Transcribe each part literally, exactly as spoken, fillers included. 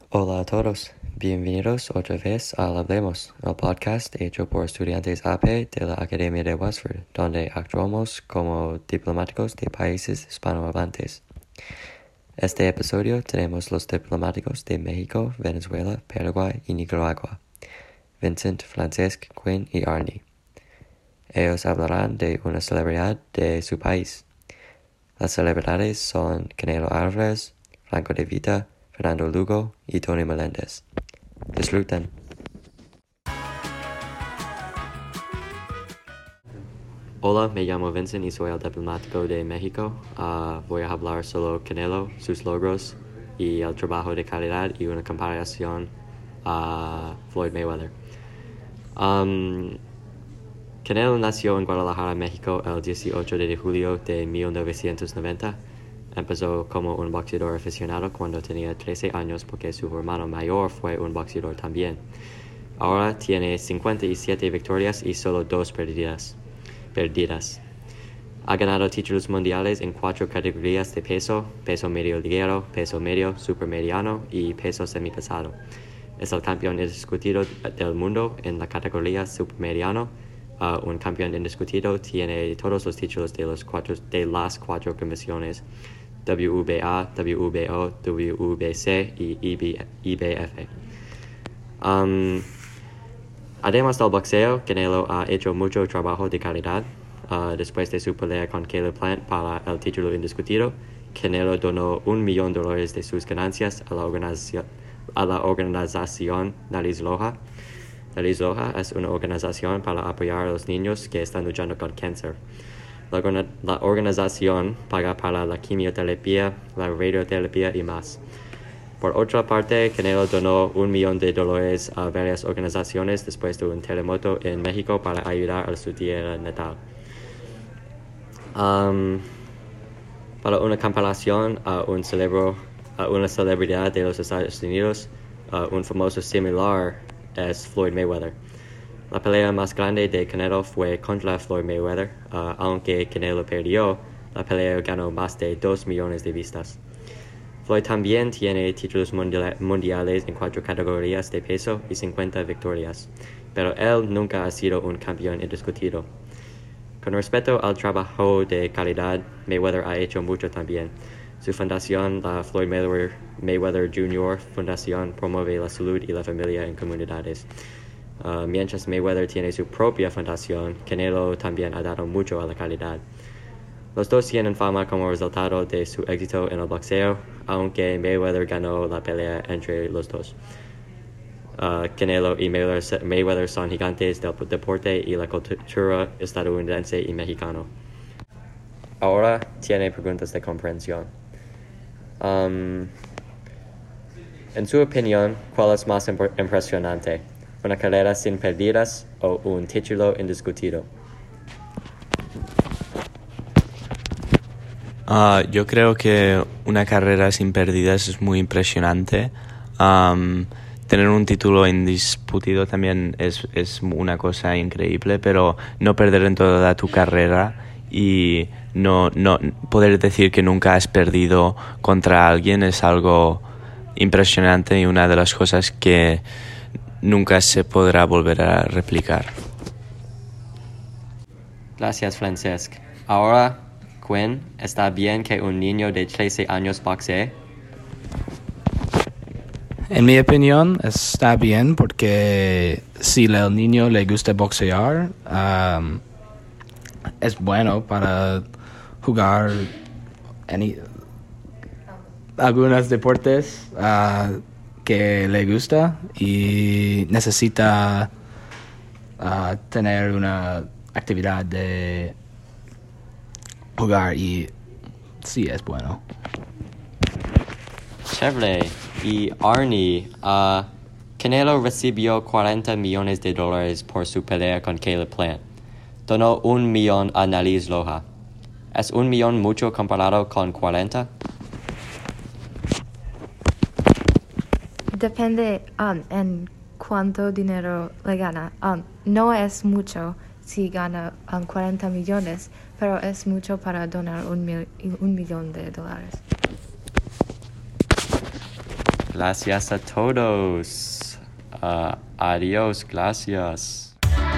Hola a todos, bienvenidos otra vez al Hablemos, el podcast hecho por estudiantes A P de la Academia de Westford, donde actuamos como diplomáticos de países hispanohablantes. Este episodio tenemos los diplomáticos de México, Venezuela, Paraguay y Nicaragua, Vincent, Francesc, Quinn y Arnie. Ellos hablarán de una celebridad de su país. Las celebridades son Canelo Álvarez, Franco De Vita, Fernando Lugo y Tony Meléndez. Disfruten. Hola, me llamo Vincent y soy el diplomático de México. Uh, voy a hablar solo Canelo, sus logros y el trabajo de calidad y una comparación a Floyd Mayweather. Um, Canelo nació en Guadalajara, México, el dieciocho de julio de mil novecientos noventa. Empezó como un boxeador aficionado cuando tenía trece años porque su hermano mayor fue un boxeador también. Ahora tiene cincuenta y siete victorias y solo dos perdidas. perdidas. Ha ganado títulos mundiales en cuatro categorías de peso: peso medio ligero, peso medio, supermediano y peso semipesado. Es el campeón indiscutido del mundo en la categoría supermediano. Uh, un campeón indiscutido tiene todos los títulos de, los cuatro, de las cuatro comisiones W B A, W B O, W B C y I B F. Um, además del boxeo, Canelo ha hecho mucho trabajo de calidad. Uh, después de su pelea con Caleb Plant para el título indiscutido, Canelo donó un millón de dólares de sus ganancias a la organización, a la organización Nariz Roja. Nariz Roja es una organización para apoyar a los niños que están luchando con cáncer. La, la organización paga para la quimioterapia, la radioterapia y más. Por otra parte, Canelo donó un millón de dólares a varias organizaciones después de un terremoto en México para ayudar a su tierra natal. Um, para una comparación a, un celebro, a una celebridad de los Estados Unidos, uh, un famoso similar es Floyd Mayweather. La pelea más grande de Canelo fue contra Floyd Mayweather. Uh, aunque Canelo perdió, la pelea ganó más de dos millones de vistas. Floyd también tiene títulos mundiales en cuatro categorías de peso y cincuenta victorias, pero él nunca ha sido un campeón indiscutido. Con respecto al trabajo de calidad, Mayweather ha hecho mucho también. Su fundación, la Floyd Mayweather, Mayweather junior Fundación, promueve la salud y la familia en comunidades. Uh, mientras Mayweather tiene su propia fundación, Canelo también ha dado mucho a la calidad. Los dos tienen fama como resultado de su éxito en el boxeo, aunque Mayweather ganó la pelea entre los dos. Uh, Canelo y Mayweather, Mayweather son gigantes del deporte y la cultura estadounidense y mexicano. Ahora tiene preguntas de comprensión. Um, en su opinión, ¿cuál es más imp- impresionante? ¿Una carrera sin pérdidas o un título indiscutido? Uh, yo creo que una carrera sin pérdidas es muy impresionante. Um, tener un título indiscutido también es, es una cosa increíble, pero no perder en toda tu carrera y no, no poder decir que nunca has perdido contra alguien es algo impresionante y una de las cosas que nunca se podrá volver a replicar. Gracias, Francesc. Ahora, Quinn, ¿está bien que un niño de trece años boxee? En mi opinión, está bien porque si el niño le gusta boxear, um, es bueno para jugar en algunos deportes uh, que le gusta y necesita uh, tener una actividad de jugar y sí es bueno. Chévere. Y Arnie, uh, Canelo recibió cuarenta millones de dólares por su pelea con Caleb Plant. Donó un millón a Nariz Roja. ¿Es un millón mucho comparado con cuarenta? Depende um, en cuánto dinero le gana. Um, no es mucho si gana um, cuarenta millones, pero es mucho para donar un, mil, un millón de dólares. Gracias a todos. Uh, adiós, gracias.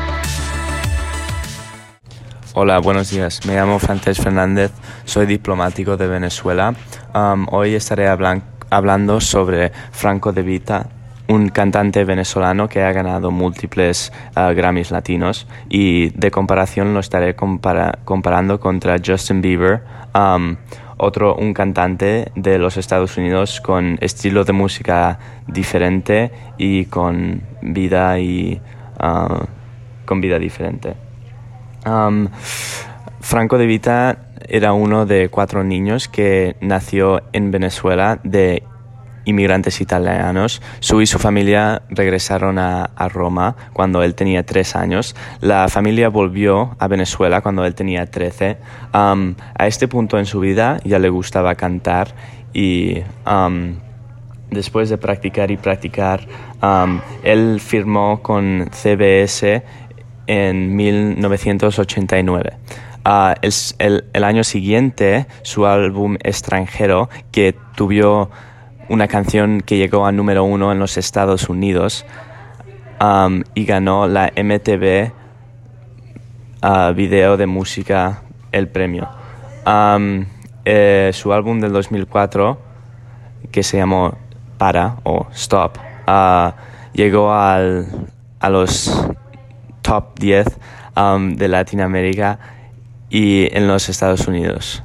Hola, buenos días. Me llamo Frances Fernández, soy diplomático de Venezuela. Um, hoy estaré hablan- hablando sobre Franco De Vita, un cantante venezolano que ha ganado múltiples uh, Grammys latinos, y de comparación lo estaré compara- comparando contra Justin Bieber, um, otro un cantante de los Estados Unidos con estilo de música diferente y con vida y uh, con vida diferente. Um, Franco De Vita era uno de cuatro niños que nació en Venezuela de inmigrantes italianos. Su y su familia regresaron a, a Roma cuando él tenía tres años. La familia volvió a Venezuela cuando él tenía trece. Um, a este punto en su vida ya le gustaba cantar y um, después de practicar y practicar, um, él firmó con C B S en mil novecientos ochenta y nueve. Uh, el, el, el año siguiente, su álbum Extranjero, que tuvo una canción que llegó a número uno en los Estados Unidos um, y ganó la M T V uh, Video de Música el premio. Um, eh, su álbum del dos mil cuatro, que se llamó Para o Stop, uh, llegó al, a los top diez um, de Latinoamérica y en los Estados Unidos.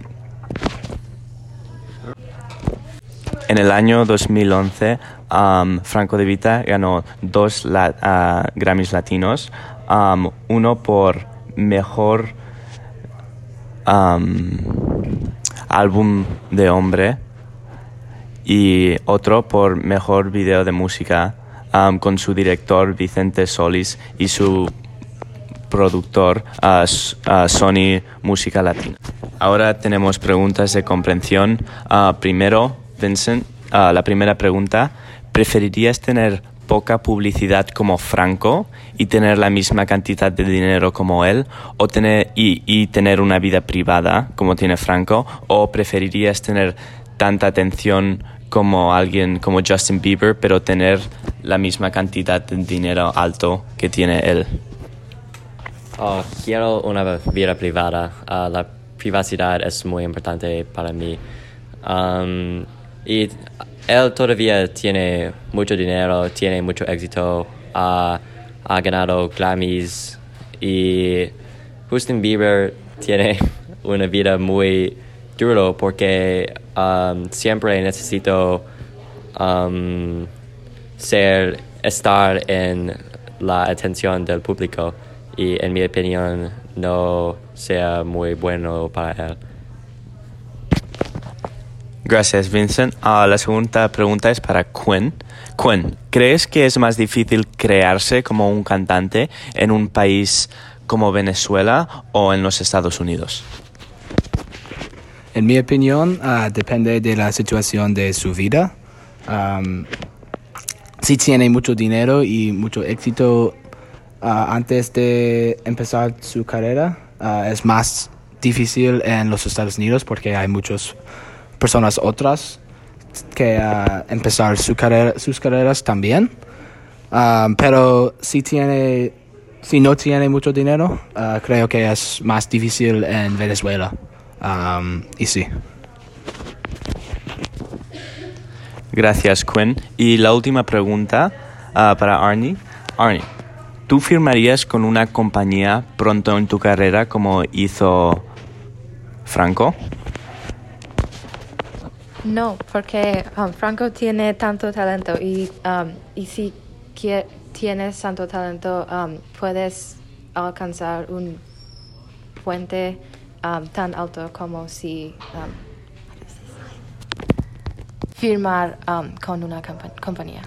En el año dos mil once, um, Franco De Vita ganó dos la, uh, Grammys latinos, um, uno por mejor um, álbum de hombre y otro por mejor video de música, um, con su director Vicente Solís y su productor uh, uh, Sony Música Latina. Ahora tenemos preguntas de comprensión. Uh, primero, Vincent, uh, la primera pregunta: ¿preferirías tener poca publicidad como Franco y tener la misma cantidad de dinero como él, o tener y, y tener una vida privada como tiene Franco, o preferirías tener tanta atención como alguien como Justin Bieber pero tener la misma cantidad de dinero alto que tiene él? Oh, quiero una vida privada. Uh, la privacidad es muy importante para mí. Um, y él todavía tiene mucho dinero, tiene mucho éxito, uh, ha ganado Grammys, y Justin Bieber tiene una vida muy dura porque um, siempre necesito um, ser, estar en la atención del público, y en mi opinión no sea muy bueno para él. Gracias, Vincent. Uh, la segunda pregunta es para Quinn. Quinn, ¿crees que es más difícil crearse como un cantante en un país como Venezuela o en los Estados Unidos? En mi opinión, uh, depende de la situación de su vida. Um, si tiene mucho dinero y mucho éxito uh, antes de empezar su carrera, uh, es más difícil en los Estados Unidos porque hay muchas personas otras que uh, empezar su carrera, sus carreras también. Um, pero si tiene, si no tiene mucho dinero, uh, creo que es más difícil en Venezuela. Um, y sí. Gracias, Quinn. Y la última pregunta uh, para Arnie. Arnie, ¿tú firmarías con una compañía pronto en tu carrera como hizo Franco? No, porque um, Franco tiene tanto talento y, um, y si que, tienes tanto talento, um, puedes alcanzar un puente um, tan alto como si um, firmar um, con una compa- compañía.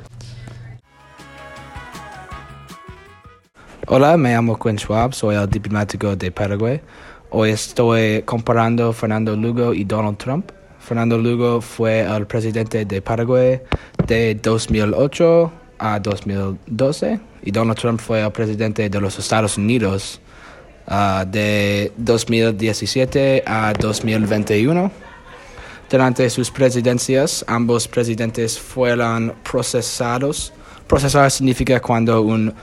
Hola, me llamo Quinn Schwab, soy el diplomático de Paraguay. Hoy estoy comparando Fernando Lugo y Donald Trump. Fernando Lugo fue el presidente de Paraguay de dos mil ocho a dos mil doce y Donald Trump fue el presidente de los Estados Unidos uh, de dos mil diecisiete a dos mil veintiuno. Durante sus presidencias, ambos presidentes fueron procesados. Procesar significa cuando un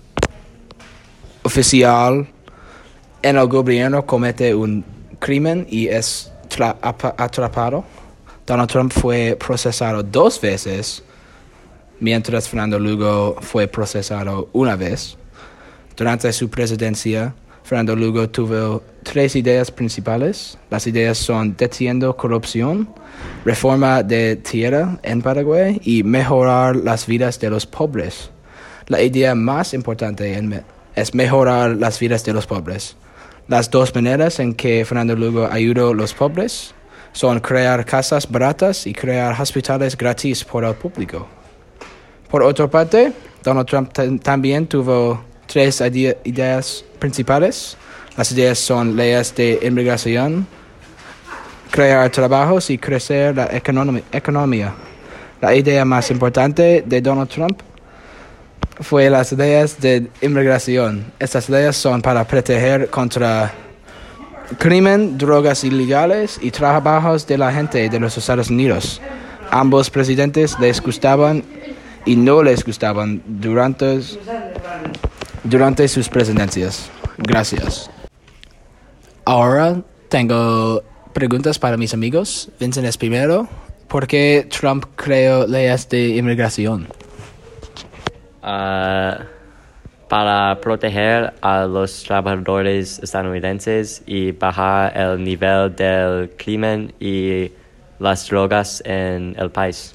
oficial en el gobierno comete un crimen y es tra- atrapado. Donald Trump fue procesado dos veces, mientras Fernando Lugo fue procesado una vez. Durante su presidencia, Fernando Lugo tuvo tres ideas principales. Las ideas son deteniendo corrupción, reforma de tierra en Paraguay y mejorar las vidas de los pobres. La idea más importante en me- es mejorar las vidas de los pobres. Las dos maneras en que Fernando Lugo ayudó a los pobres son crear casas baratas y crear hospitales gratis por el público. Por otra parte, Donald Trump t- también tuvo tres ide- ideas principales. Las ideas son leyes de inmigración, crear trabajos y crecer la economi- economía. La idea más importante de Donald Trump fue las leyes de inmigración. Estas leyes son para proteger contra crimen, drogas ilegales y trabajos de la gente de los Estados Unidos. Ambos presidentes les gustaban y no les gustaban durante, durante sus presidencias. Gracias. Ahora tengo preguntas para mis amigos. Vincent es primero. ¿Por qué Trump creó leyes de inmigración? Uh, para proteger a los trabajadores estadounidenses y bajar el nivel del crimen y las drogas en el país.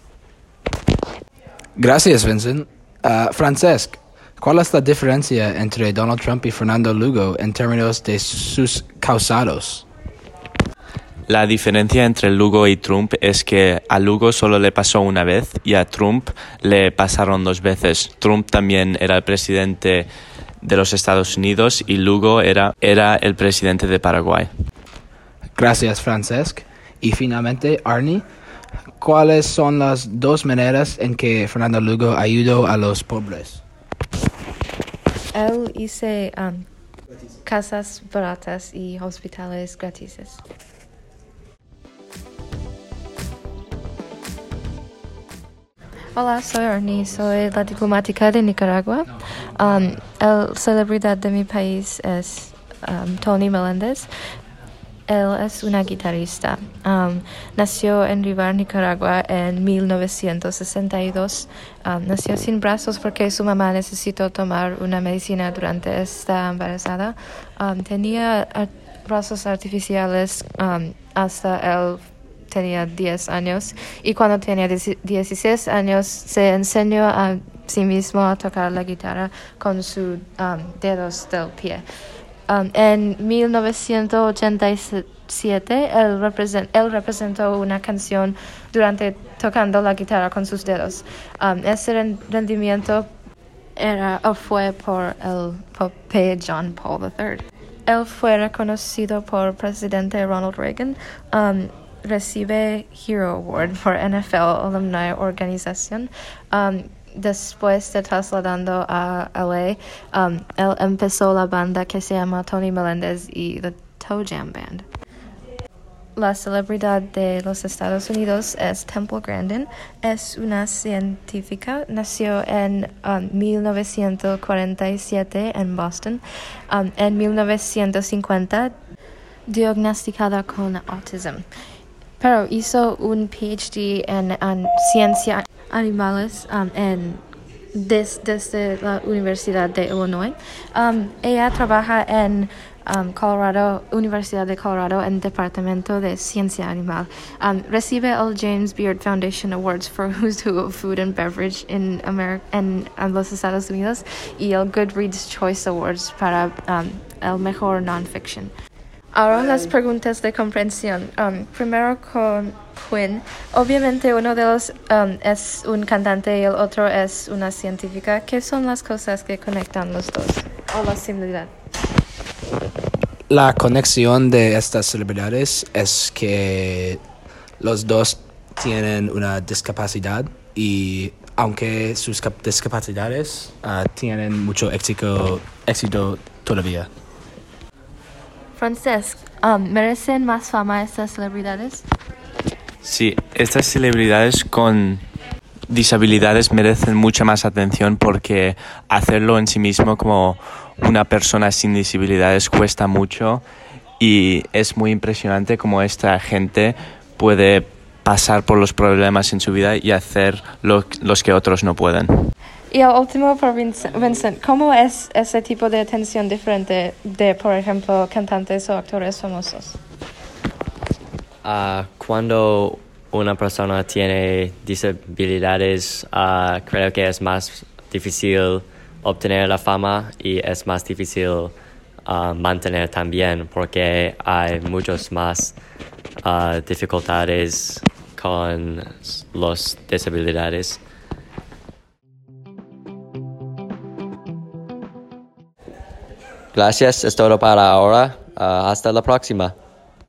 Gracias, Vincent. Uh, Francesc, ¿cuál es la diferencia entre Donald Trump y Fernando Lugo en términos de sus causados? La diferencia entre Lugo y Trump es que a Lugo solo le pasó una vez y a Trump le pasaron dos veces. Trump también era el presidente de los Estados Unidos y Lugo era, era el presidente de Paraguay. Gracias, Francesc. Y finalmente, Arnie, ¿cuáles son las dos maneras en que Fernando Lugo ayudó a los pobres? Él hizo um, casas baratas y hospitales gratuitos. Hola, soy Arnie, soy la diplomática de Nicaragua. Um, el celebridad de mi país es um, Tony Meléndez. Él es una guitarrista. Um, nació en Rivar, Nicaragua, en mil novecientos sesenta y dos. Um, nació sin brazos porque su mamá necesitó tomar una medicina durante esta embarazada. Um, tenía ar- brazos artificiales um, hasta él tenía diez años y cuando tenía dieciséis años se enseñó a sí mismo a tocar la guitarra con sus um, dedos del pie. Um, en mil novecientos ochenta y siete él, represent, él representó una canción durante tocando la guitarra con sus dedos. Um, ese rendimiento era o fue por el Papa John Paul the third. Él fue reconocido por el presidente Ronald Reagan. Um, recibe Hero Award por N F L Alumni Organization. Um, después de trasladando a L A, um, él empezó la banda que se llama Tony Meléndez y The Toe Jam Band. La celebridad de los Estados Unidos es Temple Grandin. Es una científica. Nació en um, mil novecientos cuarenta y siete en Boston. Um, en mil novecientos cincuenta, diagnosticada con autism. Pero hizo un P H D en, en ciencia animales um, en, des, desde la Universidad de Illinois. Um, ella trabaja en um, Colorado, Universidad de Colorado, en Departamento de Ciencia Animal. Um, recibe el James Beard Foundation Awards for Who's Who of Food and Beverage in, America, en, en los Estados Unidos y el Goodreads Choice Awards para um, el mejor non-fiction. Ahora las preguntas de comprensión. Um, primero con Quinn. Obviamente uno de los um, es un cantante y el otro es una científica. ¿Qué son las cosas que conectan los dos? O la similaridad. La conexión de estas celebridades es que los dos tienen una discapacidad y aunque sus cap- discapacidades uh, tienen mucho éxito, éxito todavía. Francesc, um, ¿merecen más fama estas celebridades? Sí, estas celebridades con disabilidades merecen mucha más atención porque hacerlo en sí mismo como una persona sin disabilidades cuesta mucho y es muy impresionante cómo esta gente puede pasar por los problemas en su vida y hacer lo, los que otros no pueden. Y el último por Vincent, ¿cómo es ese tipo de atención diferente de, por ejemplo, cantantes o actores famosos? Uh, cuando una persona tiene disabilidades, uh, creo que es más difícil obtener la fama y es más difícil uh, mantener también porque hay muchas más uh, dificultades con las disabilidades. Gracias, es todo para ahora. Uh, hasta la próxima.